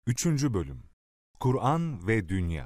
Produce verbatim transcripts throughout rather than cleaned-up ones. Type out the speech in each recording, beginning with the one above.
Üçüncü Bölüm Kur'an ve Dünya.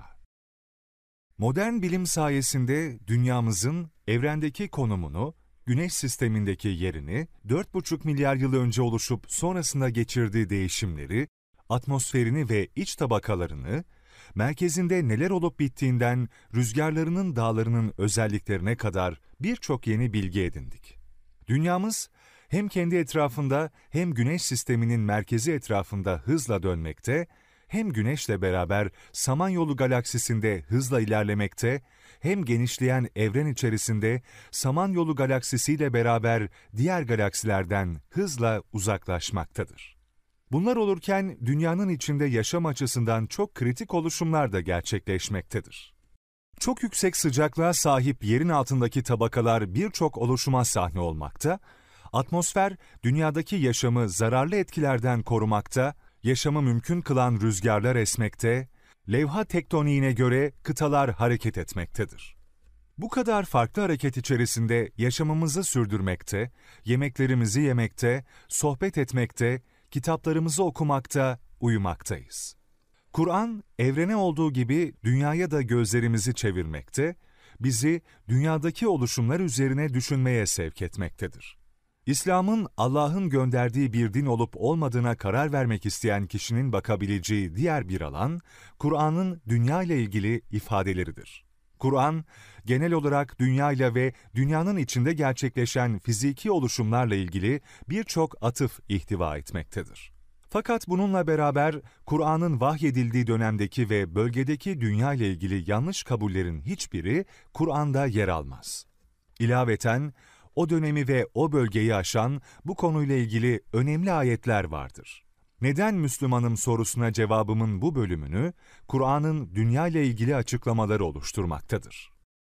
Modern bilim sayesinde dünyamızın evrendeki konumunu, Güneş sistemindeki yerini, dört buçuk milyar yıl önce oluşup sonrasında geçirdiği değişimleri, atmosferini ve iç tabakalarını, merkezinde neler olup bittiğinden rüzgarlarının dağlarının özelliklerine kadar birçok yeni bilgi edindik. Dünyamız, hem kendi etrafında hem Güneş sisteminin merkezi etrafında hızla dönmekte, hem Güneş'le beraber Samanyolu galaksisinde hızla ilerlemekte, hem genişleyen evren içerisinde Samanyolu galaksisiyle beraber diğer galaksilerden hızla uzaklaşmaktadır. Bunlar olurken dünyanın içinde yaşam açısından çok kritik oluşumlar da gerçekleşmektedir. Çok yüksek sıcaklığa sahip yerin altındaki tabakalar birçok oluşuma sahne olmakta, atmosfer dünyadaki yaşamı zararlı etkilerden korumakta, yaşamı mümkün kılan rüzgarlar esmekte, levha tektoniğine göre kıtalar hareket etmektedir. Bu kadar farklı hareket içerisinde yaşamımızı sürdürmekte, yemeklerimizi yemekte, sohbet etmekte, kitaplarımızı okumakta, uyumaktayız. Kur'an, evrene olduğu gibi dünyaya da gözlerimizi çevirmekte, bizi dünyadaki oluşumlar üzerine düşünmeye sevk etmektedir. İslam'ın Allah'ın gönderdiği bir din olup olmadığına karar vermek isteyen kişinin bakabileceği diğer bir alan, Kur'an'ın dünya ile ilgili ifadeleridir. Kur'an, genel olarak dünyayla ve dünyanın içinde gerçekleşen fiziki oluşumlarla ilgili birçok atıf ihtiva etmektedir. Fakat bununla beraber Kur'an'ın vahyedildiği dönemdeki ve bölgedeki dünya ile ilgili yanlış kabullerin hiçbiri Kur'an'da yer almaz. İlaveten, o dönemi ve o bölgeyi aşan bu konuyla ilgili önemli ayetler vardır. Neden Müslümanım sorusuna cevabımın bu bölümünü, Kur'an'ın dünya ile ilgili açıklamaları oluşturmaktadır.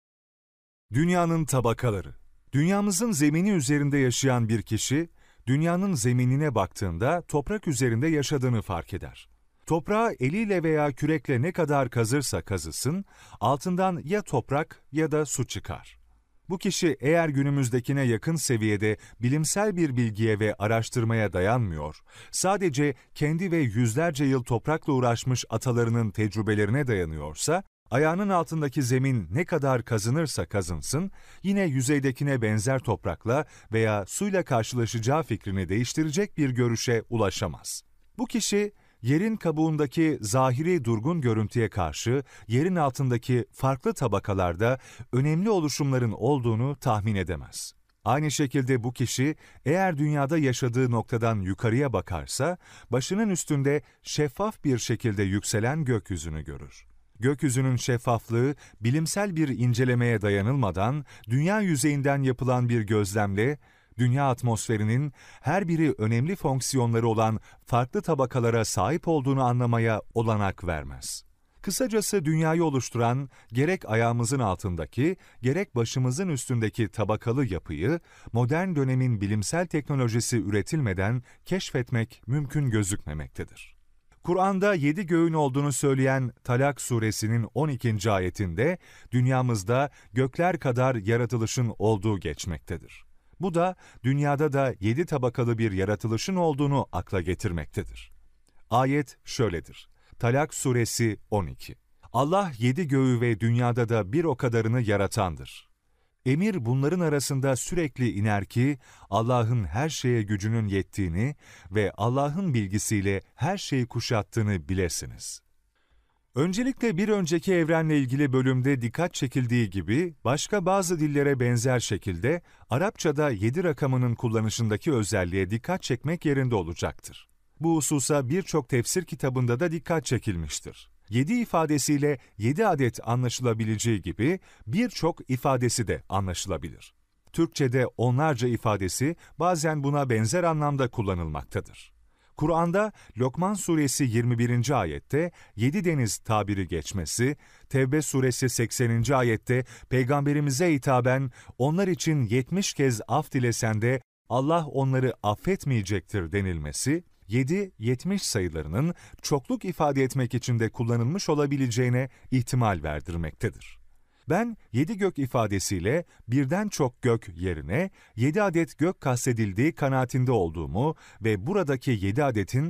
Dünyanın tabakaları. Dünyamızın zemini üzerinde yaşayan bir kişi, dünyanın zeminine baktığında toprak üzerinde yaşadığını fark eder. Toprağı eliyle veya kürekle ne kadar kazırsa kazısın, altından ya toprak ya da su çıkar. Bu kişi eğer günümüzdekine yakın seviyede bilimsel bir bilgiye ve araştırmaya dayanmıyor, sadece kendi ve yüzlerce yıl toprakla uğraşmış atalarının tecrübelerine dayanıyorsa, ayağının altındaki zemin ne kadar kazınırsa kazınsın, yine yüzeydekine benzer toprakla veya suyla karşılaşacağı fikrini değiştirecek bir görüşe ulaşamaz. Bu kişi, yerin kabuğundaki zahiri durgun görüntüye karşı yerin altındaki farklı tabakalarda önemli oluşumların olduğunu tahmin edemez. Aynı şekilde bu kişi eğer dünyada yaşadığı noktadan yukarıya bakarsa başının üstünde şeffaf bir şekilde yükselen gökyüzünü görür. Gökyüzünün şeffaflığı bilimsel bir incelemeye dayanılmadan dünya yüzeyinden yapılan bir gözlemle dünya atmosferinin her biri önemli fonksiyonları olan farklı tabakalara sahip olduğunu anlamaya olanak vermez. Kısacası dünyayı oluşturan gerek ayağımızın altındaki, gerek başımızın üstündeki tabakalı yapıyı modern dönemin bilimsel teknolojisi üretilmeden keşfetmek mümkün gözükmemektedir. Kur'an'da yedi göğün olduğunu söyleyen Talak suresinin on ikinci ayetinde dünyamızda gökler kadar yaratılışın olduğu geçmektedir. Bu da dünyada da yedi tabakalı bir yaratılışın olduğunu akla getirmektedir. Ayet şöyledir. Talak suresi on iki. Allah yedi göğü ve dünyada da bir o kadarını yaratandır. Emir bunların arasında sürekli iner ki Allah'ın her şeye gücünün yettiğini ve Allah'ın bilgisiyle her şeyi kuşattığını bilesiniz. Öncelikle bir önceki evrenle ilgili bölümde dikkat çekildiği gibi başka bazı dillere benzer şekilde Arapçada yedi rakamının kullanışındaki özelliğe dikkat çekmek yerinde olacaktır. Bu hususa birçok tefsir kitabında da dikkat çekilmiştir. Yedi ifadesiyle yedi adet anlaşılabileceği gibi birçok ifadesi de anlaşılabilir. Türkçe'de onlarca ifadesi bazen buna benzer anlamda kullanılmaktadır. Kur'an'da Lokman suresi yirmi birinci ayette yedi deniz tabiri geçmesi, Tevbe suresi sekseninci ayette peygamberimize hitaben onlar için yetmiş kez af dilesen de Allah onları affetmeyecektir denilmesi, yedi yetmiş sayılarının çokluk ifade etmek için de kullanılmış olabileceğine ihtimal verdirmektedir. Ben yedi gök ifadesiyle birden çok gök yerine yedi adet gök kastedildiği kanaatinde olduğumu ve buradaki yedi adetin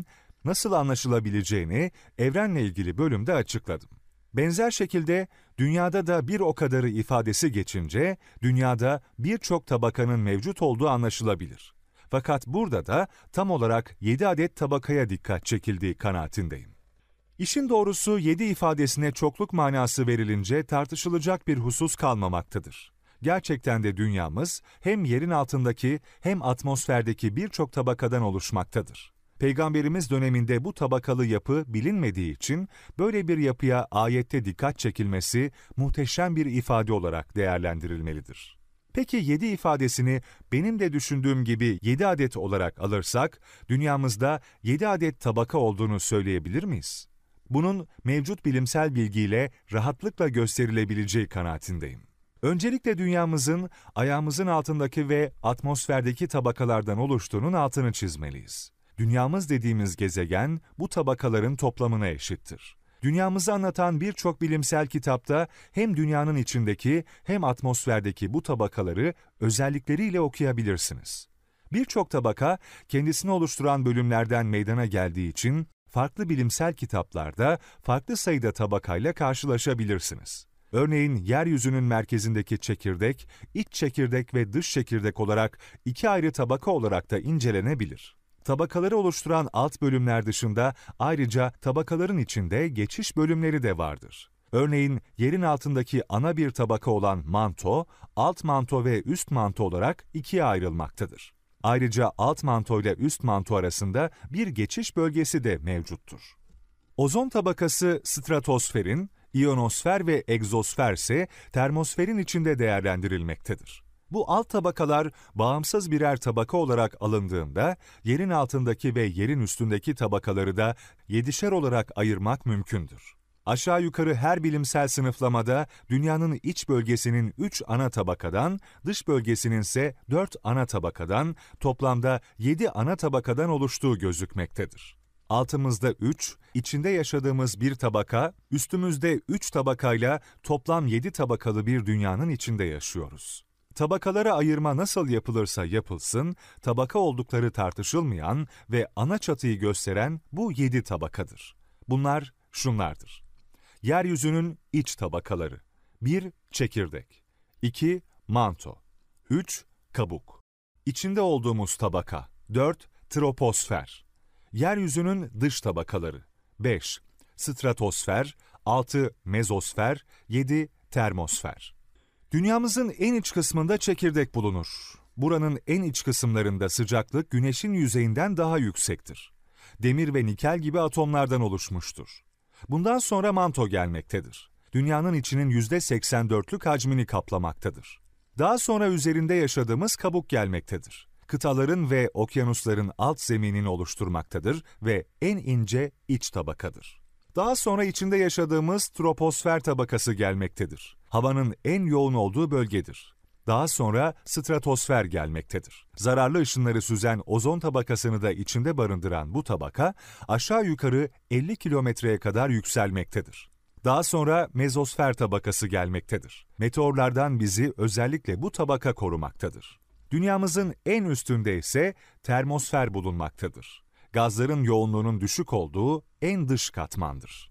nasıl anlaşılabileceğini evrenle ilgili bölümde açıkladım. Benzer şekilde dünyada da bir o kadarı ifadesi geçince dünyada birçok tabakanın mevcut olduğu anlaşılabilir. Fakat burada da tam olarak yedi adet tabakaya dikkat çekildiği kanaatindeyim. İşin doğrusu yedi ifadesine çokluk manası verilince tartışılacak bir husus kalmamaktadır. Gerçekten de dünyamız hem yerin altındaki hem atmosferdeki birçok tabakadan oluşmaktadır. Peygamberimiz döneminde bu tabakalı yapı bilinmediği için böyle bir yapıya ayette dikkat çekilmesi muhteşem bir ifade olarak değerlendirilmelidir. Peki yedi ifadesini benim de düşündüğüm gibi yedi adet olarak alırsak, dünyamızda yedi adet tabaka olduğunu söyleyebilir miyiz? Bunun mevcut bilimsel bilgiyle rahatlıkla gösterilebileceği kanaatindeyim. Öncelikle dünyamızın ayağımızın altındaki ve atmosferdeki tabakalardan oluştuğunun altını çizmeliyiz. Dünyamız dediğimiz gezegen bu tabakaların toplamına eşittir. Dünyamızı anlatan birçok bilimsel kitapta hem dünyanın içindeki hem atmosferdeki bu tabakaları özellikleriyle okuyabilirsiniz. Birçok tabaka kendisini oluşturan bölümlerden meydana geldiği için farklı bilimsel kitaplarda farklı sayıda tabakayla karşılaşabilirsiniz. Örneğin yeryüzünün merkezindeki çekirdek, iç çekirdek ve dış çekirdek olarak iki ayrı tabaka olarak da incelenebilir. Tabakaları oluşturan alt bölümler dışında ayrıca tabakaların içinde geçiş bölümleri de vardır. Örneğin yerin altındaki ana bir tabaka olan manto, alt manto ve üst manto olarak ikiye ayrılmaktadır. Ayrıca alt manto ile üst manto arasında bir geçiş bölgesi de mevcuttur. Ozon tabakası stratosferin, iyonosfer ve egzosfer ise termosferin içinde değerlendirilmektedir. Bu alt tabakalar bağımsız birer tabaka olarak alındığında, yerin altındaki ve yerin üstündeki tabakaları da yedişer olarak ayırmak mümkündür. Aşağı yukarı her bilimsel sınıflamada dünyanın iç bölgesinin üç ana tabakadan, dış bölgesinin ise dört ana tabakadan, toplamda yedi ana tabakadan oluştuğu gözükmektedir. Altımızda üç, içinde yaşadığımız bir tabaka, üstümüzde üç tabakayla toplam yedi tabakalı bir dünyanın içinde yaşıyoruz. Tabakalara ayırma nasıl yapılırsa yapılsın, tabaka oldukları tartışılmayan ve ana çatıyı gösteren bu yedi tabakadır. Bunlar şunlardır: yeryüzünün iç tabakaları, bir çekirdek, iki manto, üç kabuk, içinde olduğumuz tabaka, dört troposfer, yeryüzünün dış tabakaları, beş stratosfer, altı mezosfer, yedi termosfer. Dünyamızın en iç kısmında çekirdek bulunur. Buranın en iç kısımlarında sıcaklık Güneş'in yüzeyinden daha yüksektir. Demir ve nikel gibi atomlardan oluşmuştur. Bundan sonra manto gelmektedir. Dünyanın içinin yüzde seksen dörtlük hacmini kaplamaktadır. Daha sonra üzerinde yaşadığımız kabuk gelmektedir. Kıtaların ve okyanusların alt zeminini oluşturmaktadır ve en ince iç tabakadır. Daha sonra içinde yaşadığımız troposfer tabakası gelmektedir. Havanın en yoğun olduğu bölgedir. Daha sonra stratosfer gelmektedir. Zararlı ışınları süzen ozon tabakasını da içinde barındıran bu tabaka aşağı yukarı elli kilometreye kadar yükselmektedir. Daha sonra mezosfer tabakası gelmektedir. Meteorlardan bizi özellikle bu tabaka korumaktadır. Dünyamızın en üstünde ise termosfer bulunmaktadır. Gazların yoğunluğunun düşük olduğu en dış katmandır.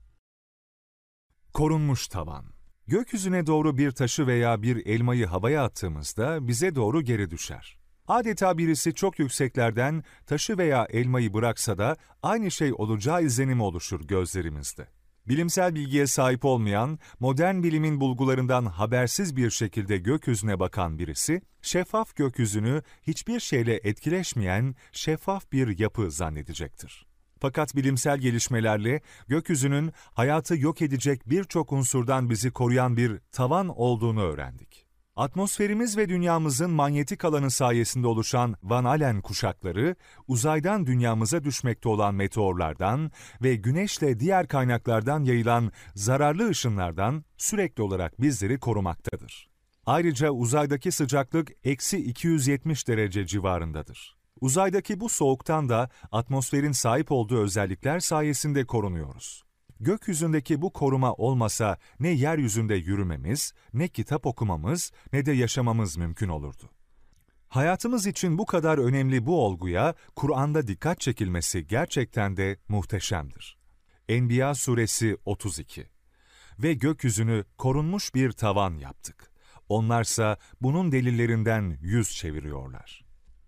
Korunmuş tavan. Gökyüzüne doğru bir taşı veya bir elmayı havaya attığımızda bize doğru geri düşer. Adeta birisi çok yükseklerden taşı veya elmayı bıraksa da aynı şey olacağı izlenimi oluşur gözlerimizde. Bilimsel bilgiye sahip olmayan, modern bilimin bulgularından habersiz bir şekilde gökyüzüne bakan birisi, şeffaf gökyüzünü hiçbir şeyle etkileşmeyen şeffaf bir yapı zannedecektir. Fakat bilimsel gelişmelerle gökyüzünün hayatı yok edecek birçok unsurdan bizi koruyan bir tavan olduğunu öğrendik. Atmosferimiz ve dünyamızın manyetik alanı sayesinde oluşan Van Allen kuşakları, uzaydan dünyamıza düşmekte olan meteorlardan ve güneşle diğer kaynaklardan yayılan zararlı ışınlardan sürekli olarak bizleri korumaktadır. Ayrıca uzaydaki sıcaklık eksi iki yüz yetmiş derece civarındadır. Uzaydaki bu soğuktan da atmosferin sahip olduğu özellikler sayesinde korunuyoruz. Gökyüzündeki bu koruma olmasa ne yeryüzünde yürümemiz, ne kitap okumamız, ne de yaşamamız mümkün olurdu. Hayatımız için bu kadar önemli bu olguya Kur'an'da dikkat çekilmesi gerçekten de muhteşemdir. Enbiya suresi otuz iki. Ve gökyüzünü korunmuş bir tavan yaptık. Onlarsa bunun delillerinden yüz çeviriyorlar.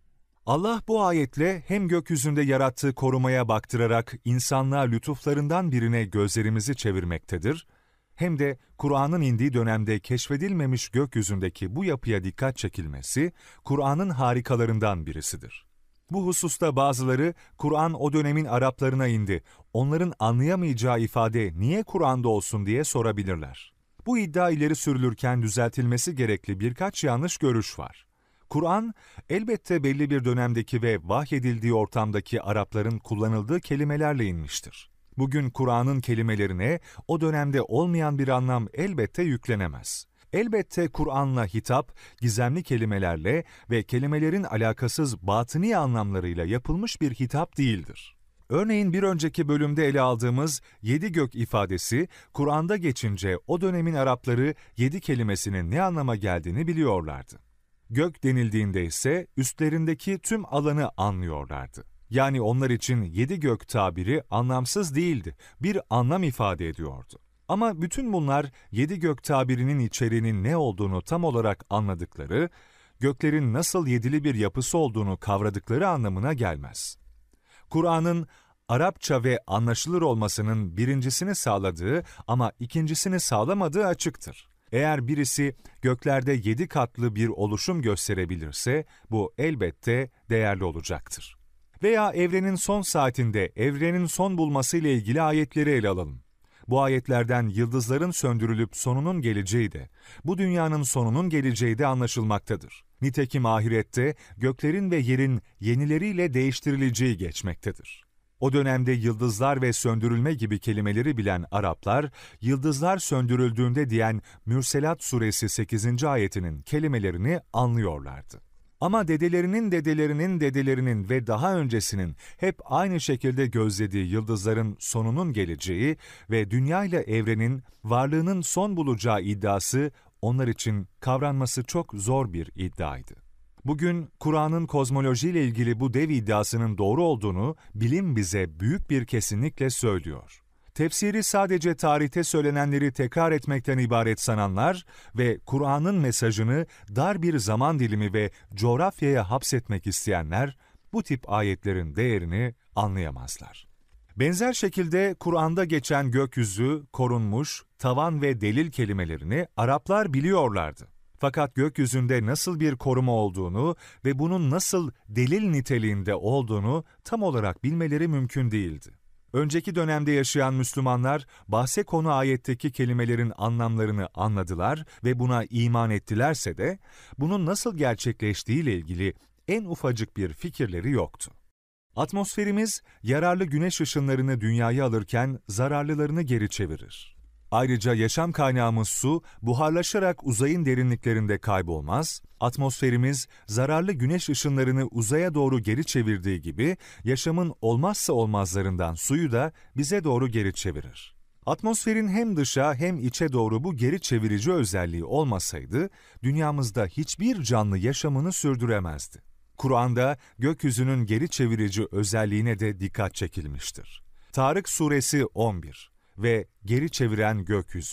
Allah bu ayetle hem gökyüzünde yarattığı korumaya baktırarak insanlığa lütuflarından birine gözlerimizi çevirmektedir, hem de Kur'an'ın indiği dönemde keşfedilmemiş gökyüzündeki bu yapıya dikkat çekilmesi, Kur'an'ın harikalarından birisidir. Bu hususta bazıları, Kur'an o dönemin Araplarına indi, onların anlayamayacağı ifade niye Kur'an'da olsun diye sorabilirler. Bu iddia ileri sürülürken düzeltilmesi gerekli birkaç yanlış görüş var. Kur'an, elbette belli bir dönemdeki ve vahyedildiği ortamdaki Arapların kullanıldığı kelimelerle inmiştir. Bugün Kur'an'ın kelimelerine o dönemde olmayan bir anlam elbette yüklenemez. Elbette Kur'an'la hitap, gizemli kelimelerle ve kelimelerin alakasız batıni anlamlarıyla yapılmış bir hitap değildir. Örneğin bir önceki bölümde ele aldığımız yedi gök ifadesi, Kur'an'da geçince o dönemin Arapları yedi kelimesinin ne anlama geldiğini biliyorlardı. Gök denildiğinde ise üstlerindeki tüm alanı anlıyorlardı. Yani onlar için yedi gök tabiri anlamsız değildi, bir anlam ifade ediyordu. Ama bütün bunlar yedi gök tabirinin içeriğinin ne olduğunu tam olarak anladıkları, göklerin nasıl yedili bir yapısı olduğunu kavradıkları anlamına gelmez. Kur'an'ın Arapça ve anlaşılır olmasının birincisini sağladığı ama ikincisini sağlamadığı açıktır. Eğer birisi göklerde yedi katlı bir oluşum gösterebilirse, bu elbette değerli olacaktır. Veya evrenin son saatinde evrenin son bulması ile ilgili ayetleri ele alalım. Bu ayetlerden yıldızların söndürülüp sonunun geleceği de, bu dünyanın sonunun geleceği de anlaşılmaktadır. Nitekim ahirette göklerin ve yerin yenileriyle değiştirileceği geçmektedir. O dönemde yıldızlar ve söndürülme gibi kelimeleri bilen Araplar, yıldızlar söndürüldüğünde diyen Mürselat suresi sekizinci ayetinin kelimelerini anlıyorlardı. Ama dedelerinin dedelerinin dedelerinin ve daha öncesinin hep aynı şekilde gözlediği yıldızların sonunun geleceği ve dünya ile evrenin varlığının son bulacağı iddiası onlar için kavranması çok zor bir iddiaydı. Bugün Kur'an'ın kozmolojiyle ilgili bu dev iddiasının doğru olduğunu bilim bize büyük bir kesinlikle söylüyor. Tefsiri sadece tarihte söylenenleri tekrar etmekten ibaret sananlar ve Kur'an'ın mesajını dar bir zaman dilimi ve coğrafyaya hapsetmek isteyenler bu tip ayetlerin değerini anlayamazlar. Benzer şekilde Kur'an'da geçen gökyüzü, korunmuş, tavan ve delil kelimelerini Araplar biliyorlardı. Fakat gökyüzünde nasıl bir koruma olduğunu ve bunun nasıl delil niteliğinde olduğunu tam olarak bilmeleri mümkün değildi. Önceki dönemde yaşayan Müslümanlar, bahse konu ayetteki kelimelerin anlamlarını anladılar ve buna iman ettilerse de, bunun nasıl gerçekleştiğiyle ilgili en ufacık bir fikirleri yoktu. Atmosferimiz, yararlı güneş ışınlarını dünyaya alırken zararlılarını geri çevirir. Ayrıca yaşam kaynağımız su, buharlaşarak uzayın derinliklerinde kaybolmaz, atmosferimiz zararlı güneş ışınlarını uzaya doğru geri çevirdiği gibi, yaşamın olmazsa olmazlarından suyu da bize doğru geri çevirir. Atmosferin hem dışa hem içe doğru bu geri çevirici özelliği olmasaydı, dünyamızda hiçbir canlı yaşamını sürdüremezdi. Kur'an'da gökyüzünün geri çevirici özelliğine de dikkat çekilmiştir. Tarık suresi on bir ve geri çeviren gökyüzü.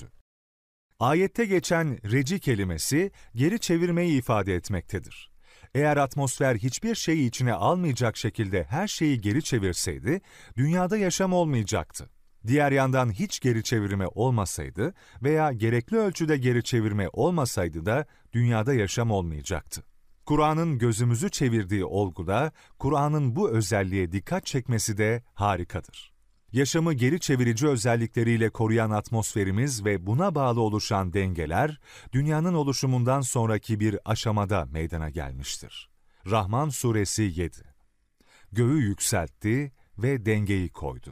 Ayette geçen reci kelimesi geri çevirmeyi ifade etmektedir. Eğer atmosfer hiçbir şeyi içine almayacak şekilde her şeyi geri çevirseydi, dünyada yaşam olmayacaktı. Diğer yandan hiç geri çevirme olmasaydı veya gerekli ölçüde geri çevirme olmasaydı da dünyada yaşam olmayacaktı. Kur'an'ın gözümüzü çevirdiği olguda, Kur'an'ın bu özelliğe dikkat çekmesi de harikadır. Yaşamı geri çevirici özellikleriyle koruyan atmosferimiz ve buna bağlı oluşan dengeler, dünyanın oluşumundan sonraki bir aşamada meydana gelmiştir. Rahman suresi yedi. Göğü yükseltti ve dengeyi koydu.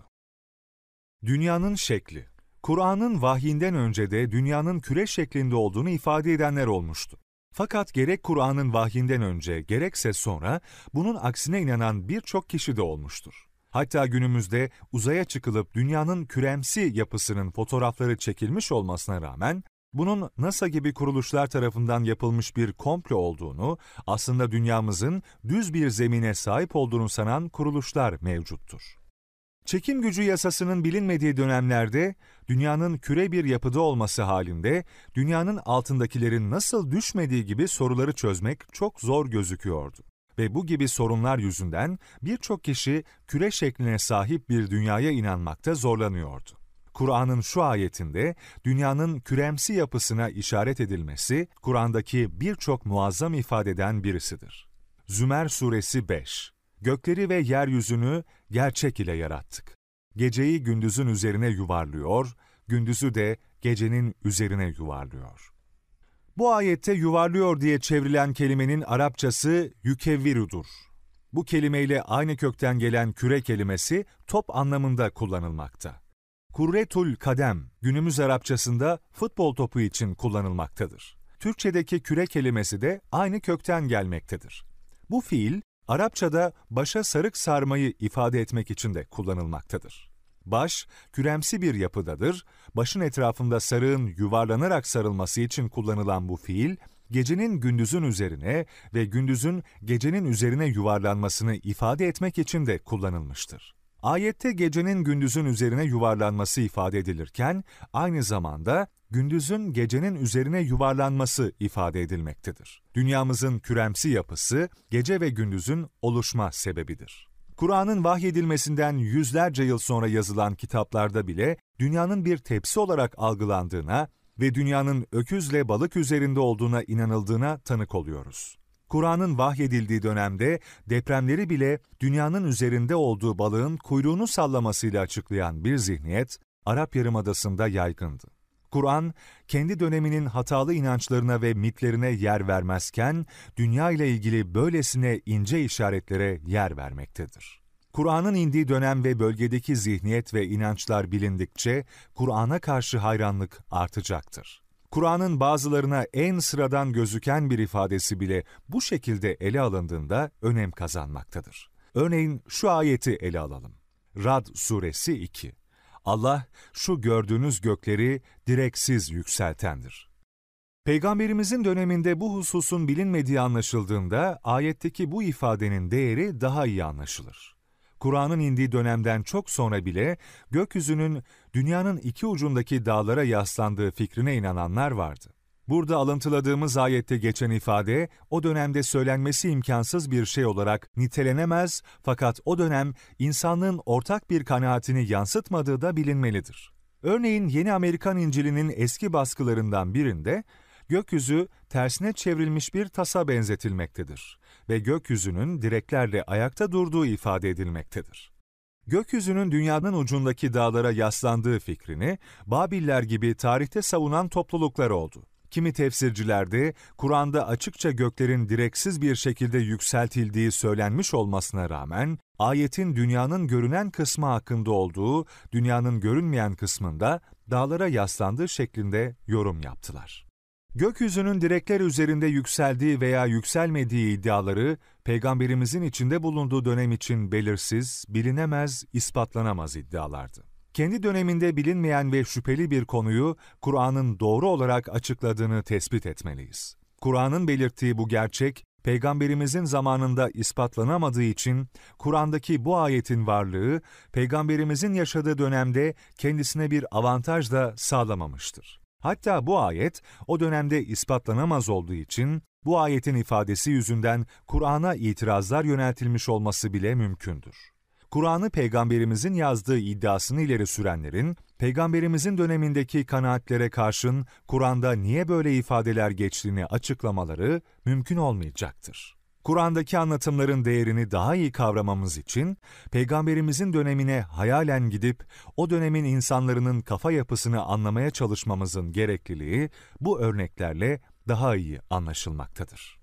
Dünyanın şekli. Kur'an'ın vahyinden önce de dünyanın küre şeklinde olduğunu ifade edenler olmuştu. Fakat gerek Kur'an'ın vahyinden önce gerekse sonra bunun aksine inanan birçok kişi de olmuştur. Hatta günümüzde uzaya çıkılıp dünyanın küremsi yapısının fotoğrafları çekilmiş olmasına rağmen Bunun NASA gibi kuruluşlar tarafından yapılmış bir komplo olduğunu, aslında dünyamızın düz bir zemine sahip olduğunu sanan kuruluşlar mevcuttur. Çekim gücü yasasının bilinmediği dönemlerde, dünyanın küre bir yapıda olması halinde, dünyanın altındakilerin nasıl düşmediği gibi soruları çözmek çok zor gözüküyordu. Ve bu gibi sorunlar yüzünden birçok kişi küre şekline sahip bir dünyaya inanmakta zorlanıyordu. Kur'an'ın şu ayetinde dünyanın küremsi yapısına işaret edilmesi, Kur'an'daki birçok muazzam ifadeden birisidir. Zümer Suresi beş. Gökleri ve yeryüzünü gerçek ile yarattık. Geceyi gündüzün üzerine yuvarlıyor, gündüzü de gecenin üzerine yuvarlıyor. Bu ayette yuvarlıyor diye çevrilen kelimenin Arapçası yükevvirudur. Bu kelimeyle aynı kökten gelen küre kelimesi top anlamında kullanılmakta. Kurretul kadem günümüz Arapçasında futbol topu için kullanılmaktadır. Türkçedeki küre kelimesi de aynı kökten gelmektedir. Bu fiil Arapçada başa sarık sarmayı ifade etmek için de kullanılmaktadır. Baş, küremsi bir yapıdadır. Başın etrafında sarığın yuvarlanarak sarılması için kullanılan bu fiil, gecenin gündüzün üzerine ve gündüzün gecenin üzerine yuvarlanmasını ifade etmek için de kullanılmıştır. Ayette gecenin gündüzün üzerine yuvarlanması ifade edilirken, aynı zamanda gündüzün gecenin üzerine yuvarlanması ifade edilmektedir. Dünyamızın küremsi yapısı, gece ve gündüzün oluşma sebebidir. Kur'an'ın vahyedilmesinden yüzlerce yıl sonra yazılan kitaplarda bile dünyanın bir tepsi olarak algılandığına ve dünyanın öküzle balık üzerinde olduğuna inanıldığına tanık oluyoruz. Kur'an'ın vahyedildiği dönemde depremleri bile dünyanın üzerinde olduğu balığın kuyruğunu sallamasıyla açıklayan bir zihniyet Arap Yarımadası'nda yaygındı. Kur'an, kendi döneminin hatalı inançlarına ve mitlerine yer vermezken, dünya ile ilgili böylesine ince işaretlere yer vermektedir. Kur'an'ın indiği dönem ve bölgedeki zihniyet ve inançlar bilindikçe, Kur'an'a karşı hayranlık artacaktır. Kur'an'ın bazılarına en sıradan gözüken bir ifadesi bile bu şekilde ele alındığında önem kazanmaktadır. Örneğin şu ayeti ele alalım. Ra'd Suresi iki. Allah, şu gördüğünüz gökleri direksiz yükseltendir. Peygamberimizin döneminde bu hususun bilinmediği anlaşıldığında, ayetteki bu ifadenin değeri daha iyi anlaşılır. Kur'an'ın indiği dönemden çok sonra bile, gökyüzünün dünyanın iki ucundaki dağlara yaslandığı fikrine inananlar vardı. Burada alıntıladığımız ayette geçen ifade, o dönemde söylenmesi imkansız bir şey olarak nitelenemez, fakat o dönem insanlığın ortak bir kanaatini yansıtmadığı da bilinmelidir. Örneğin Yeni Amerikan İncili'nin eski baskılarından birinde, gökyüzü tersine çevrilmiş bir tasa benzetilmektedir ve gökyüzünün direklerle ayakta durduğu ifade edilmektedir. Gökyüzünün dünyanın ucundaki dağlara yaslandığı fikrini, Babiller gibi tarihte savunan topluluklar oldu. Kimi tefsircilerde, Kur'an'da açıkça göklerin direksiz bir şekilde yükseltildiği söylenmiş olmasına rağmen, ayetin dünyanın görünen kısmı hakkında olduğu, dünyanın görünmeyen kısmında dağlara yaslandığı şeklinde yorum yaptılar. Gökyüzünün direkler üzerinde yükseldiği veya yükselmediği iddiaları, Peygamberimizin içinde bulunduğu dönem için belirsiz, bilinemez, ispatlanamaz iddialardı. Kendi döneminde bilinmeyen ve şüpheli bir konuyu Kur'an'ın doğru olarak açıkladığını tespit etmeliyiz. Kur'an'ın belirttiği bu gerçek, Peygamberimizin zamanında ispatlanamadığı için Kur'an'daki bu ayetin varlığı, Peygamberimizin yaşadığı dönemde kendisine bir avantaj da sağlamamıştır. Hatta bu ayet, o dönemde ispatlanamaz olduğu için, bu ayetin ifadesi yüzünden Kur'an'a itirazlar yöneltilmiş olması bile mümkündür. Kur'an'ı Peygamberimizin yazdığı iddiasını ileri sürenlerin, Peygamberimizin dönemindeki kanaatlere karşın Kur'an'da niye böyle ifadeler geçtiğini açıklamaları mümkün olmayacaktır. Kur'an'daki anlatımların değerini daha iyi kavramamız için, Peygamberimizin dönemine hayalen gidip, o dönemin insanların kafa yapısını anlamaya çalışmamızın gerekliliği, bu örneklerle daha iyi anlaşılmaktadır.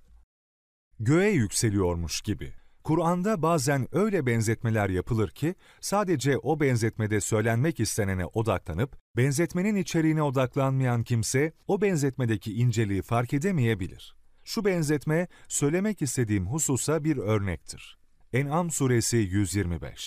Göğe yükseliyormuş gibi. Kur'an'da bazen öyle benzetmeler yapılır ki, sadece o benzetmede söylenmek istenene odaklanıp, benzetmenin içeriğine odaklanmayan kimse, o benzetmedeki inceliği fark edemeyebilir. Şu benzetme, söylemek istediğim hususa bir örnektir. En'am suresi yüz yirmi beş.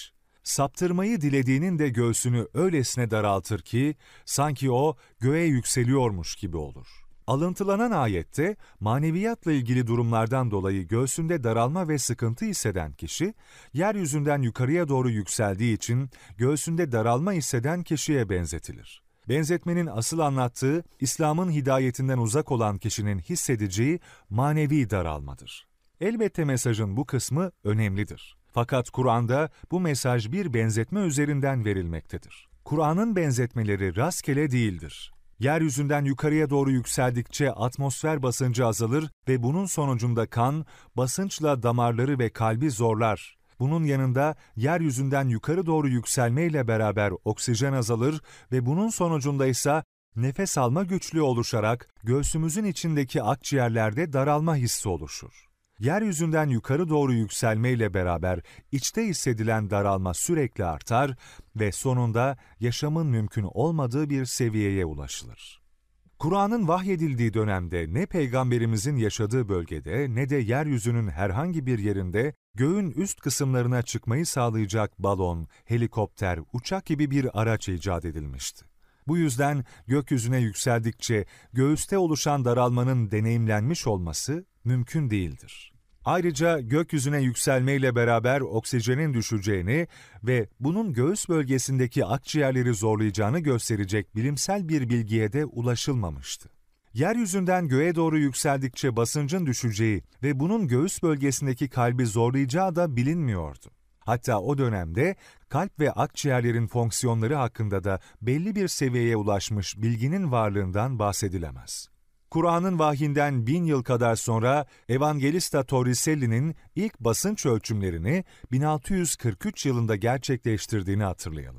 saptırmayı dilediğinin de göğsünü öylesine daraltır ki, sanki o göğe yükseliyormuş gibi olur. Alıntılanan ayette, maneviyatla ilgili durumlardan dolayı göğsünde daralma ve sıkıntı hisseden kişi, yeryüzünden yukarıya doğru yükseldiği için göğsünde daralma hisseden kişiye benzetilir. Benzetmenin asıl anlattığı, İslam'ın hidayetinden uzak olan kişinin hissedeceği manevi daralmadır. Elbette mesajın bu kısmı önemlidir. Fakat Kur'an'da bu mesaj bir benzetme üzerinden verilmektedir. Kur'an'ın benzetmeleri rastgele değildir. Yeryüzünden yukarıya doğru yükseldikçe atmosfer basıncı azalır ve bunun sonucunda kan, basınçla damarları ve kalbi zorlar. Bunun yanında yeryüzünden yukarı doğru yükselmeyle beraber oksijen azalır ve bunun sonucunda ise nefes alma güçlüğü oluşarak göğsümüzün içindeki akciğerlerde daralma hissi oluşur. Yeryüzünden yukarı doğru yükselmeyle beraber içte hissedilen daralma sürekli artar ve sonunda yaşamın mümkün olmadığı bir seviyeye ulaşılır. Kur'an'ın vahyedildiği dönemde ne Peygamberimizin yaşadığı bölgede ne de yeryüzünün herhangi bir yerinde göğün üst kısımlarına çıkmayı sağlayacak balon, helikopter, uçak gibi bir araç icat edilmişti. Bu yüzden gökyüzüne yükseldikçe göğüste oluşan daralmanın deneyimlenmiş olması mümkün değildir. Ayrıca gökyüzüne yükselmeyle beraber oksijenin düşeceğini ve bunun göğüs bölgesindeki akciğerleri zorlayacağını gösterecek bilimsel bir bilgiye de ulaşılmamıştı. Yeryüzünden göğe doğru yükseldikçe basıncın düşeceği ve bunun göğüs bölgesindeki kalbi zorlayacağı da bilinmiyordu. Hatta o dönemde kalp ve akciğerlerin fonksiyonları hakkında da belli bir seviyeye ulaşmış bilginin varlığından bahsedilemez. Kur'an'ın vahyinden bin yıl kadar sonra Evangelista Torricelli'nin ilk basınç ölçümlerini bin altı yüz kırk üç yılında gerçekleştirdiğini hatırlayalım.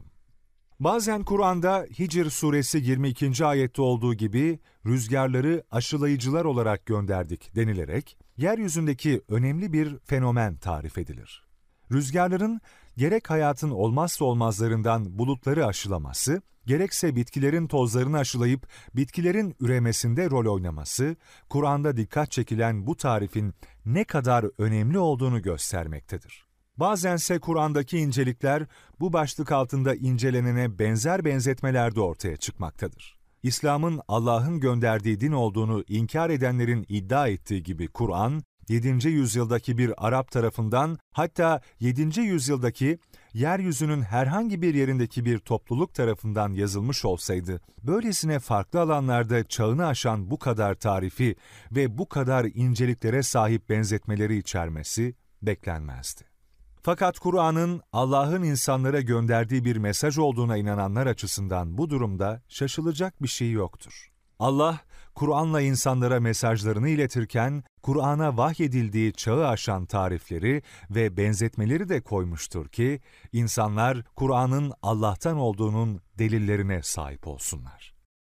Bazen Kur'an'da Hicr suresi yirmi ikinci ayette olduğu gibi rüzgarları aşılayıcılar olarak gönderdik denilerek yeryüzündeki önemli bir fenomen tarif edilir. Rüzgarların gerek hayatın olmazsa olmazlarından bulutları aşılaması, gerekse bitkilerin tozlarını aşılayıp bitkilerin üremesinde rol oynaması, Kur'an'da dikkat çekilen bu tarifin ne kadar önemli olduğunu göstermektedir. Bazense Kur'an'daki incelikler bu başlık altında incelenene benzer benzetmelerde ortaya çıkmaktadır. İslam'ın Allah'ın gönderdiği din olduğunu inkar edenlerin iddia ettiği gibi Kur'an, yedinci yüzyıldaki bir Arap tarafından, hatta yedinci yüzyıldaki yeryüzünün herhangi bir yerindeki bir topluluk tarafından yazılmış olsaydı, böylesine farklı alanlarda çağını aşan bu kadar tarifi ve bu kadar inceliklere sahip benzetmeleri içermesi beklenmezdi. Fakat Kur'an'ın Allah'ın insanlara gönderdiği bir mesaj olduğuna inananlar açısından bu durumda şaşılacak bir şey yoktur. Allah, Kur'an'la insanlara mesajlarını iletirken, Kur'an'a vahyedildiği çağı aşan tarifleri ve benzetmeleri de koymuştur ki, insanlar Kur'an'ın Allah'tan olduğunun delillerine sahip olsunlar.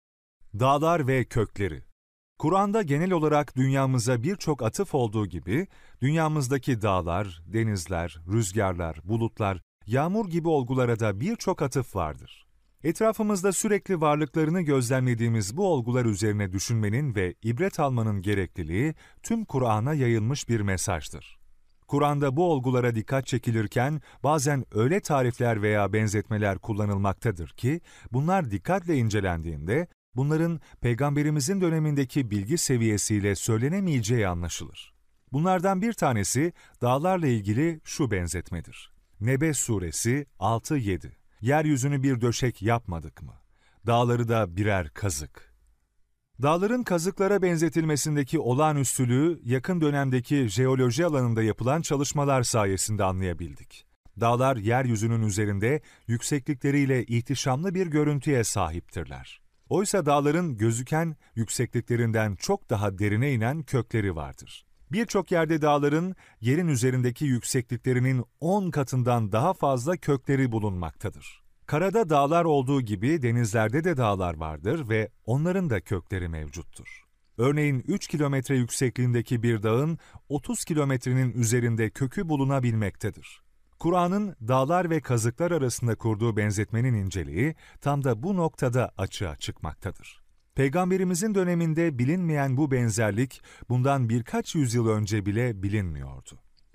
Dağlar ve kökleri. Kur'an'da genel olarak dünyamıza birçok atıf olduğu gibi, dünyamızdaki dağlar, denizler, rüzgarlar, bulutlar, yağmur gibi olgulara da birçok atıf vardır. Etrafımızda sürekli varlıklarını gözlemlediğimiz bu olgular üzerine düşünmenin ve ibret almanın gerekliliği tüm Kur'an'a yayılmış bir mesajdır. Kur'an'da bu olgulara dikkat çekilirken bazen öyle tarifler veya benzetmeler kullanılmaktadır ki bunlar dikkatle incelendiğinde bunların Peygamberimizin dönemindeki bilgi seviyesiyle söylenemeyeceği anlaşılır. Bunlardan bir tanesi dağlarla ilgili şu benzetmedir. Nebe suresi altı yedi. Yeryüzünü bir döşek yapmadık mı? Dağları da birer kazık. Dağların kazıklara benzetilmesindeki olağanüstülüğü yakın dönemdeki jeoloji alanında yapılan çalışmalar sayesinde anlayabildik. Dağlar yeryüzünün üzerinde yükseklikleriyle ihtişamlı bir görüntüye sahiptirler. Oysa dağların gözüken yüksekliklerinden çok daha derine inen kökleri vardır. Birçok yerde dağların yerin üzerindeki yüksekliklerinin on katından daha fazla kökleri bulunmaktadır. Karada dağlar olduğu gibi denizlerde de dağlar vardır ve onların da kökleri mevcuttur. Örneğin üç kilometre yüksekliğindeki bir dağın otuz kilometrenin üzerinde kökü bulunabilmektedir. Kur'an'ın dağlar ve kazıklar arasında kurduğu benzetmenin inceliği tam da bu noktada açığa çıkmaktadır. Peygamberimizin döneminde bilinmeyen bu benzerlik bundan birkaç yüzyıl önce bile bilinmiyordu.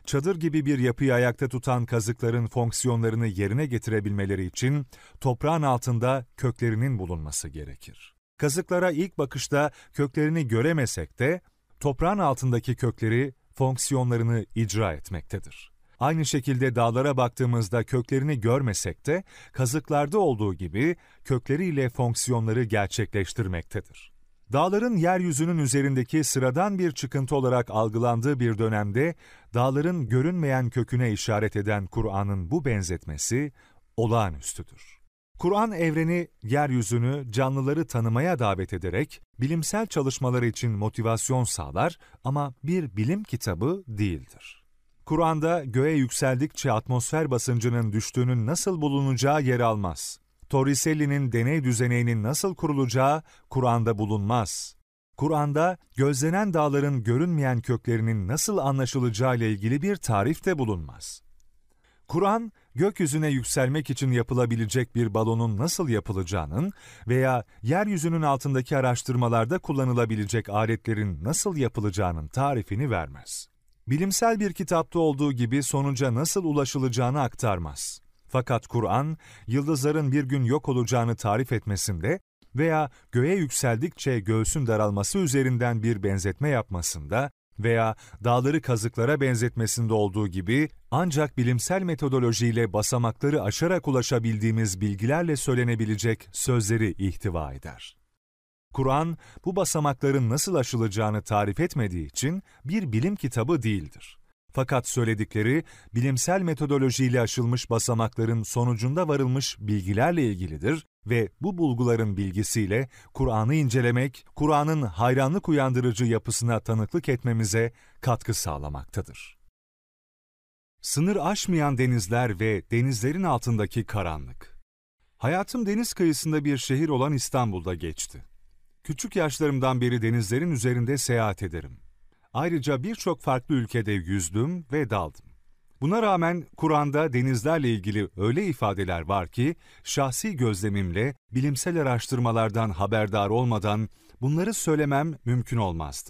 çadır gibi bir yapıyı ayakta tutan kazıkların fonksiyonlarını yerine getirebilmeleri için toprağın altında köklerinin bulunması gerekir. Kazıklara ilk bakışta köklerini göremesek de toprağın altındaki kökleri fonksiyonlarını icra etmektedir. Aynı şekilde dağlara baktığımızda köklerini görmesek de kazıklarda olduğu gibi kökleriyle fonksiyonları gerçekleştirmektedir. Dağların yeryüzünün üzerindeki sıradan bir çıkıntı olarak algılandığı bir dönemde dağların görünmeyen köküne işaret eden Kur'an'ın bu benzetmesi olağanüstüdür. Kur'an evreni, yeryüzünü, canlıları tanımaya davet ederek bilimsel çalışmalar için motivasyon sağlar ama bir bilim kitabı değildir. Kur'an'da göğe yükseldikçe atmosfer basıncının düştüğünün nasıl bulunacağı yer almaz. Torricelli'nin deney düzeneğinin nasıl kurulacağı Kur'an'da bulunmaz. Kur'an'da gözlenen dağların görünmeyen köklerinin nasıl anlaşılacağı ile ilgili bir tarif de bulunmaz. Kur'an, gökyüzüne yükselmek için yapılabilecek bir balonun nasıl yapılacağının veya yeryüzünün altındaki araştırmalarda kullanılabilecek aletlerin nasıl yapılacağının tarifini vermez. Bilimsel bir kitapta olduğu gibi sonuca nasıl ulaşılacağını aktarmaz. Fakat Kur'an, yıldızların bir gün yok olacağını tarif etmesinde veya göğe yükseldikçe göğsün daralması üzerinden bir benzetme yapmasında veya dağları kazıklara benzetmesinde olduğu gibi ancak bilimsel metodolojiyle basamakları aşarak ulaşabildiğimiz bilgilerle söylenebilecek sözleri ihtiva eder. Kur'an, bu basamakların nasıl aşılacağını tarif etmediği için bir bilim kitabı değildir. Fakat söyledikleri, bilimsel metodolojiyle aşılmış basamakların sonucunda varılmış bilgilerle ilgilidir ve bu bulguların bilgisiyle Kur'an'ı incelemek, Kur'an'ın hayranlık uyandırıcı yapısına tanıklık etmemize katkı sağlamaktadır. Sınır aşmayan denizler ve denizlerin altındaki karanlık. Hayatım deniz kıyısında bir şehir olan İstanbul'da geçti. Küçük yaşlarımdan beri denizlerin üzerinde seyahat ederim. Ayrıca birçok farklı ülkede yüzdüm ve daldım. Buna rağmen Kur'an'da denizlerle ilgili öyle ifadeler var ki, şahsi gözlemimle bilimsel araştırmalardan haberdar olmadan bunları söylemem mümkün olmazdı.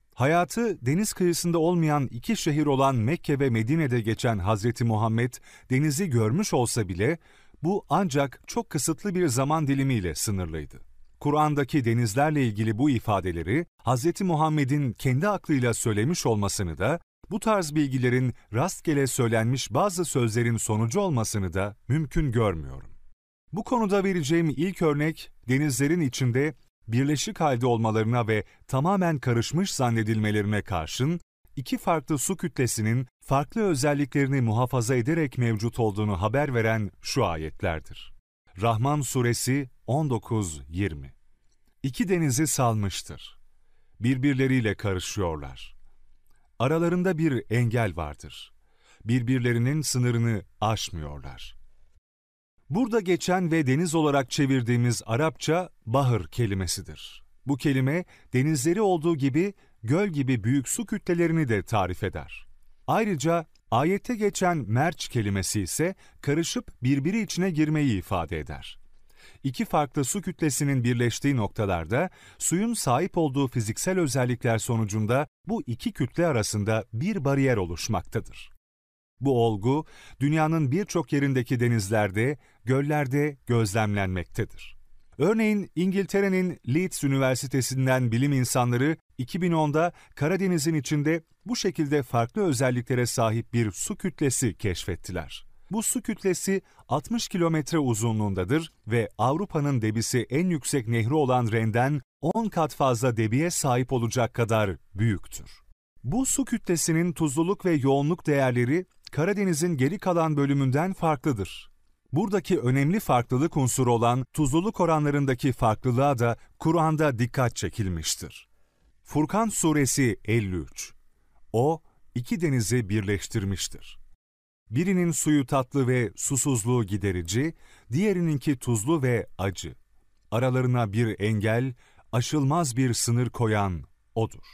Hayatı deniz kıyısında olmayan iki şehir olan Mekke ve Medine'de geçen Hazreti Muhammed denizi görmüş olsa bile bu ancak çok kısıtlı bir zaman dilimiyle sınırlıydı. Kur'an'daki denizlerle ilgili bu ifadeleri Hazreti Muhammed'in kendi aklıyla söylemiş olmasını da, bu tarz bilgilerin rastgele söylenmiş bazı sözlerin sonucu olmasını da mümkün görmüyorum. Bu konuda vereceğim ilk örnek, denizlerin içinde birleşik halde olmalarına ve tamamen karışmış zannedilmelerine karşın, iki farklı su kütlesinin farklı özelliklerini muhafaza ederek mevcut olduğunu haber veren şu ayetlerdir. Rahman Suresi on dokuz yirmi. İki denizi salmıştır. Birbirleriyle karışıyorlar. Aralarında bir engel vardır. Birbirlerinin sınırını aşmıyorlar. Burada geçen ve deniz olarak çevirdiğimiz Arapça bahır kelimesidir. Bu kelime denizleri olduğu gibi göl gibi büyük su kütlelerini de tarif eder. Ayrıca ayette geçen merç kelimesi ise karışıp birbiri içine girmeyi ifade eder. İki farklı su kütlesinin birleştiği noktalarda suyun sahip olduğu fiziksel özellikler sonucunda bu iki kütle arasında bir bariyer oluşmaktadır. Bu olgu, dünyanın birçok yerindeki denizlerde, göllerde gözlemlenmektedir. Örneğin İngiltere'nin Leeds Üniversitesi'nden bilim insanları iki bin onda Karadeniz'in içinde bu şekilde farklı özelliklere sahip bir su kütlesi keşfettiler. Bu su kütlesi altmış kilometre uzunluğundadır ve Avrupa'nın debisi en yüksek nehri olan Ren'den on kat fazla debiye sahip olacak kadar büyüktür. Bu su kütlesinin tuzluluk ve yoğunluk değerleri Karadeniz'in geri kalan bölümünden farklıdır. Buradaki önemli farklılık unsuru olan tuzluluk oranlarındaki farklılığa da Kur'an'da dikkat çekilmiştir. Furkan Suresi elli üç. O, iki denizi birleştirmiştir. Birinin suyu tatlı ve susuzluğu giderici, diğerininki tuzlu ve acı. Aralarına bir engel, aşılmaz bir sınır koyan O'dur.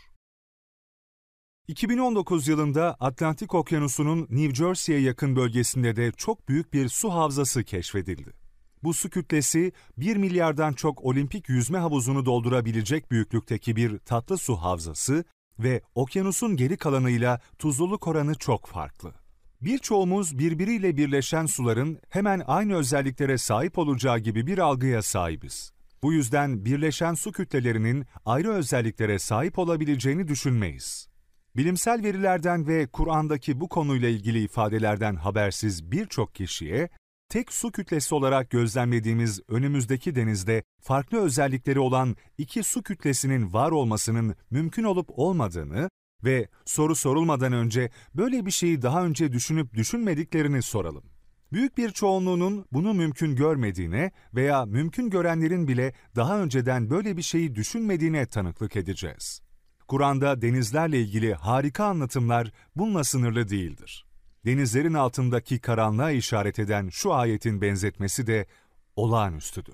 iki bin on dokuz yılında Atlantik Okyanusu'nun New Jersey'ye yakın bölgesinde de çok büyük bir su havzası keşfedildi. Bu su kütlesi bir milyardan çok olimpik yüzme havuzunu doldurabilecek büyüklükteki bir tatlı su havzası Ve okyanusun geri kalanıyla tuzluluk oranı çok farklı. Birçoğumuz birbiriyle birleşen suların hemen aynı özelliklere sahip olacağı gibi bir algıya sahibiz. Bu yüzden birleşen su kütlelerinin ayrı özelliklere sahip olabileceğini düşünmeyiz. Bilimsel verilerden ve Kur'an'daki bu konuyla ilgili ifadelerden habersiz birçok kişiye, tek su kütlesi olarak gözlemlediğimiz önümüzdeki denizde farklı özellikleri olan iki su kütlesinin var olmasının mümkün olup olmadığını ve soru sorulmadan önce böyle bir şeyi daha önce düşünüp düşünmediklerini soralım. Büyük bir çoğunluğunun bunu mümkün görmediğine veya mümkün görenlerin bile daha önceden böyle bir şeyi düşünmediğine tanıklık edeceğiz. Kur'an'da denizlerle ilgili harika anlatımlar bununla sınırlı değildir. Denizlerin altındaki karanlığa işaret eden şu ayetin benzetmesi de olağanüstüdür.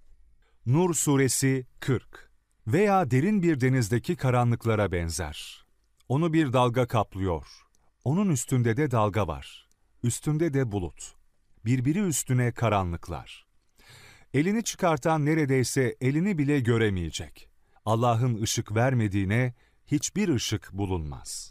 Nur Suresi kırk. Veya derin bir denizdeki karanlıklara benzer. Onu bir dalga kaplıyor. Onun üstünde de dalga var. Üstünde de bulut. Birbiri üstüne karanlıklar. Elini çıkartan neredeyse elini bile göremeyecek. Allah'ın ışık vermediğine hiçbir ışık bulunmaz.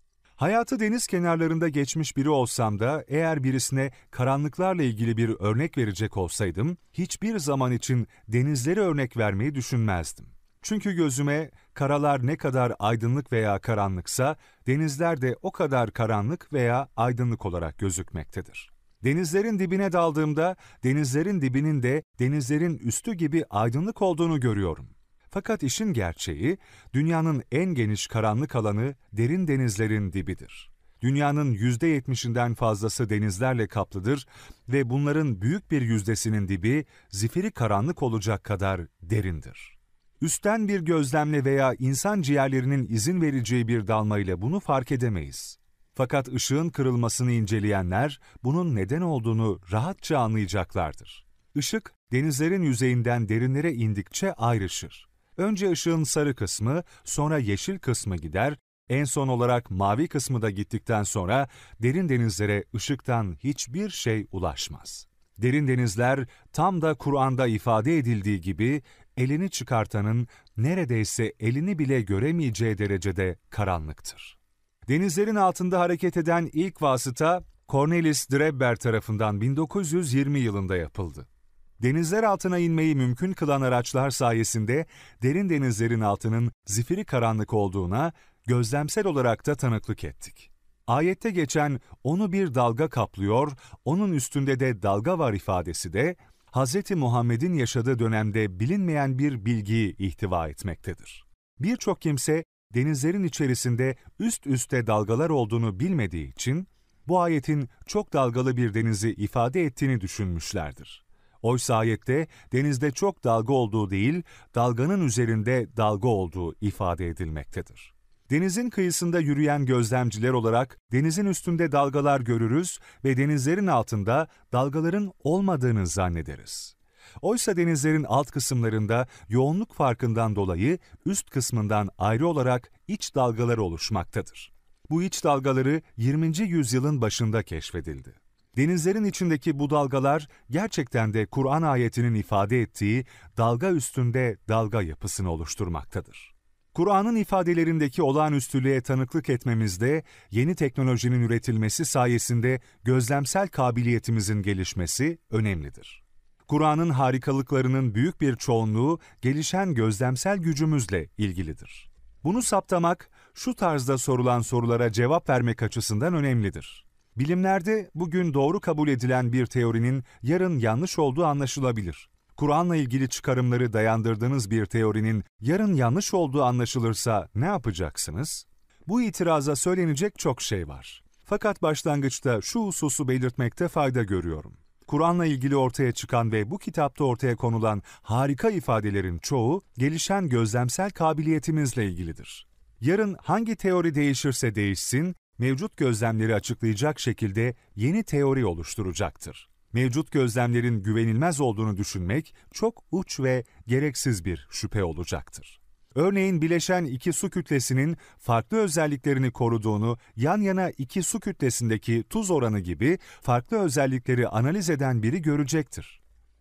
Hayatı deniz kenarlarında geçmiş biri olsam da eğer birisine karanlıklarla ilgili bir örnek verecek olsaydım, hiçbir zaman için denizleri örnek vermeyi düşünmezdim. Çünkü gözüme karalar ne kadar aydınlık veya karanlıksa, denizler de o kadar karanlık veya aydınlık olarak gözükmektedir. Denizlerin dibine daldığımda, denizlerin dibinin de denizlerin üstü gibi aydınlık olduğunu görüyorum. Fakat işin gerçeği, dünyanın en geniş karanlık alanı derin denizlerin dibidir. Dünyanın yüzde yetmişinden fazlası denizlerle kaplıdır ve bunların büyük bir yüzdesinin dibi zifiri karanlık olacak kadar derindir. Üstten bir gözlemle veya insan ciğerlerinin izin vereceği bir dalmayla bunu fark edemeyiz. Fakat ışığın kırılmasını inceleyenler bunun neden olduğunu rahatça anlayacaklardır. Işık, denizlerin yüzeyinden derinlere indikçe ayrışır. Önce ışığın sarı kısmı, sonra yeşil kısmı gider, en son olarak mavi kısmı da gittikten sonra derin denizlere ışıktan hiçbir şey ulaşmaz. Derin denizler tam da Kur'an'da ifade edildiği gibi elini çıkartanın neredeyse elini bile göremeyeceği derecede karanlıktır. Denizlerin altında hareket eden ilk vasıta Cornelis Drebbel tarafından bin dokuz yüz yirmi yılında yapıldı. Denizler altına inmeyi mümkün kılan araçlar sayesinde derin denizlerin altının zifiri karanlık olduğuna gözlemsel olarak da tanıklık ettik. Ayette geçen onu bir dalga kaplıyor, onun üstünde de dalga var ifadesi de Hz. Muhammed'in yaşadığı dönemde bilinmeyen bir bilgiyi ihtiva etmektedir. Birçok kimse denizlerin içerisinde üst üste dalgalar olduğunu bilmediği için bu ayetin çok dalgalı bir denizi ifade ettiğini düşünmüşlerdir. Oysa ayette denizde çok dalga olduğu değil, dalganın üzerinde dalga olduğu ifade edilmektedir. Denizin kıyısında yürüyen gözlemciler olarak denizin üstünde dalgalar görürüz ve denizlerin altında dalgaların olmadığını zannederiz. Oysa denizlerin alt kısımlarında yoğunluk farkından dolayı üst kısmından ayrı olarak iç dalgalar oluşmaktadır. Bu iç dalgaları yirminci yüzyılın başında keşfedildi. Denizlerin içindeki bu dalgalar gerçekten de Kur'an ayetinin ifade ettiği dalga üstünde dalga yapısını oluşturmaktadır. Kur'an'ın ifadelerindeki olağanüstülüğe tanıklık etmemizde yeni teknolojinin üretilmesi sayesinde gözlemsel kabiliyetimizin gelişmesi önemlidir. Kur'an'ın harikalıklarının büyük bir çoğunluğu gelişen gözlemsel gücümüzle ilgilidir. Bunu saptamak, şu tarzda sorulan sorulara cevap vermek açısından önemlidir. Bilimlerde bugün doğru kabul edilen bir teorinin yarın yanlış olduğu anlaşılabilir. Kur'an'la ilgili çıkarımları dayandırdığınız bir teorinin yarın yanlış olduğu anlaşılırsa ne yapacaksınız? Bu itiraza söylenecek çok şey var. Fakat başlangıçta şu hususu belirtmekte fayda görüyorum. Kur'an'la ilgili ortaya çıkan ve bu kitapta ortaya konulan harika ifadelerin çoğu gelişen gözlemsel kabiliyetimizle ilgilidir. Yarın hangi teori değişirse değişsin, mevcut gözlemleri açıklayacak şekilde yeni teori oluşturacaktır. Mevcut gözlemlerin güvenilmez olduğunu düşünmek çok uç ve gereksiz bir şüphe olacaktır. Örneğin bileşen iki su kütlesinin farklı özelliklerini koruduğunu, yan yana iki su kütlesindeki tuz oranı gibi farklı özellikleri analiz eden biri görecektir.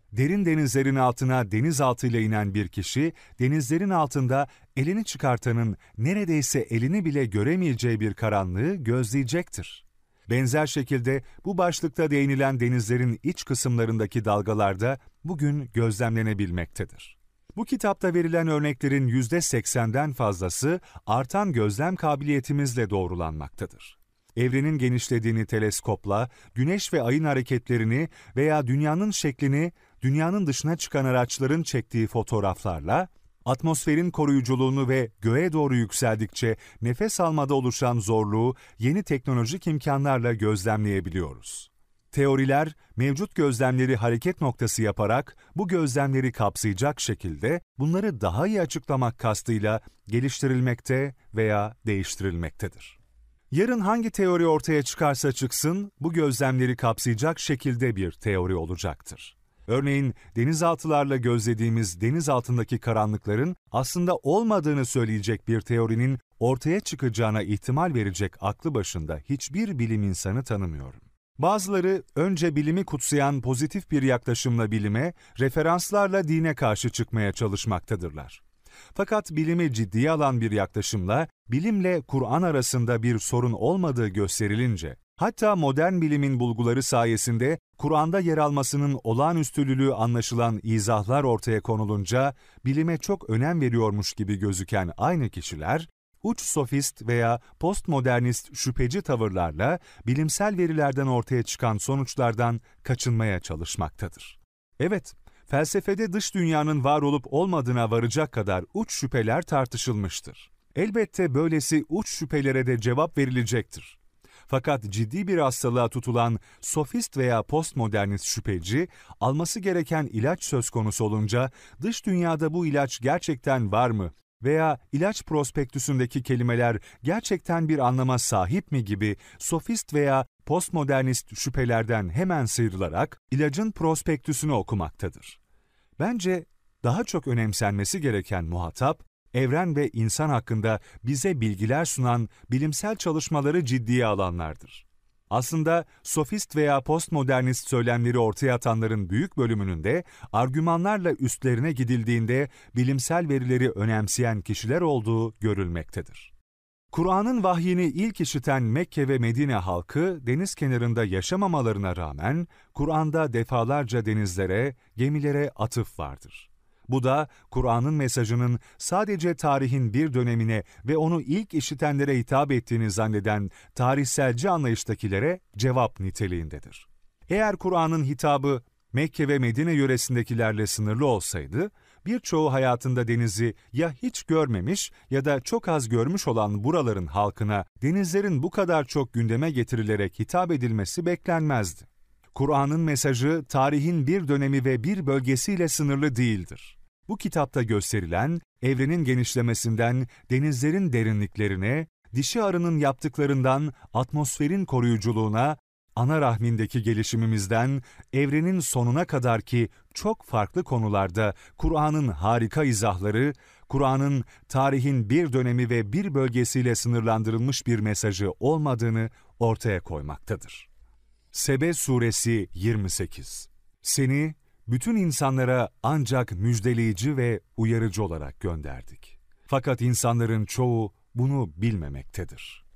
Derin denizlerin altına denizaltıyla inen bir kişi, denizlerin altında elini çıkartanın neredeyse elini bile göremeyeceği bir karanlığı gözleyecektir. Benzer şekilde bu başlıkta değinilen denizlerin iç kısımlarındaki dalgalar da bugün gözlemlenebilmektedir. Bu kitapta verilen örneklerin yüzde seksenden fazlası artan gözlem kabiliyetimizle doğrulanmaktadır. Evrenin genişlediğini teleskopla, güneş ve ayın hareketlerini veya dünyanın şeklini dünyanın dışına çıkan araçların çektiği fotoğraflarla, atmosferin koruyuculuğunu ve göğe doğru yükseldikçe nefes almada oluşan zorluğu yeni teknolojik imkanlarla gözlemleyebiliyoruz. Teoriler, mevcut gözlemleri hareket noktası yaparak bu gözlemleri kapsayacak şekilde bunları daha iyi açıklamak kastıyla geliştirilmekte veya değiştirilmektedir. Yarın hangi teori ortaya çıkarsa çıksın, bu gözlemleri kapsayacak şekilde bir teori olacaktır. Örneğin denizaltılarla gözlediğimiz deniz altındaki karanlıkların aslında olmadığını söyleyecek bir teorinin ortaya çıkacağına ihtimal verecek aklı başında hiçbir bilim insanı tanımıyorum. Bazıları önce bilimi kutsayan pozitif bir yaklaşımla bilime, referanslarla dine karşı çıkmaya çalışmaktadırlar. Fakat bilimi ciddiye alan bir yaklaşımla bilimle Kur'an arasında bir sorun olmadığı gösterilince, hatta modern bilimin bulguları sayesinde Kur'an'da yer almasının olağanüstülülüğü anlaşılan izahlar ortaya konulunca bilime çok önem veriyormuş gibi gözüken aynı kişiler, uç sofist veya postmodernist şüpheci tavırlarla bilimsel verilerden ortaya çıkan sonuçlardan kaçınmaya çalışmaktadır. Evet, felsefede dış dünyanın var olup olmadığına varacak kadar uç şüpheler tartışılmıştır. Elbette böylesi uç şüphelere de cevap verilecektir. Fakat ciddi bir hastalığa tutulan sofist veya postmodernist şüpheci, alması gereken ilaç söz konusu olunca dış dünyada bu ilaç gerçekten var mı veya ilaç prospektüsündeki kelimeler gerçekten bir anlama sahip mi gibi sofist veya postmodernist şüphelerden hemen sıyrılarak ilacın prospektüsünü okumaktadır. Bence daha çok önemsenmesi gereken muhatap, evren ve insan hakkında bize bilgiler sunan bilimsel çalışmaları ciddiye alanlardır. Aslında sofist veya postmodernist söylemleri ortaya atanların büyük bölümünün de argümanlarla üstlerine gidildiğinde bilimsel verileri önemseyen kişiler olduğu görülmektedir. Kur'an'ın vahyini ilk işiten Mekke ve Medine halkı deniz kenarında yaşamamalarına rağmen Kur'an'da defalarca denizlere, gemilere atıf vardır. Bu da Kur'an'ın mesajının sadece tarihin bir dönemine ve onu ilk işitenlere hitap ettiğini zanneden tarihselci anlayıştakilere cevap niteliğindedir. Eğer Kur'an'ın hitabı Mekke ve Medine yöresindekilerle sınırlı olsaydı, birçoğu hayatında denizi ya hiç görmemiş ya da çok az görmüş olan buraların halkına denizlerin bu kadar çok gündeme getirilerek hitap edilmesi beklenmezdi. Kur'an'ın mesajı tarihin bir dönemi ve bir bölgesiyle sınırlı değildir. Bu kitapta gösterilen evrenin genişlemesinden denizlerin derinliklerine, dişi arının yaptıklarından atmosferin koruyuculuğuna, ana rahmindeki gelişimimizden evrenin sonuna kadar ki çok farklı konularda Kur'an'ın harika izahları, Kur'an'ın tarihin bir dönemi ve bir bölgesiyle sınırlandırılmış bir mesajı olmadığını ortaya koymaktadır. Sebe Suresi yirmi sekiz. Seni bütün insanlara ancak müjdeleyici ve uyarıcı olarak gönderdik. Fakat insanların çoğu bunu bilmemektedir.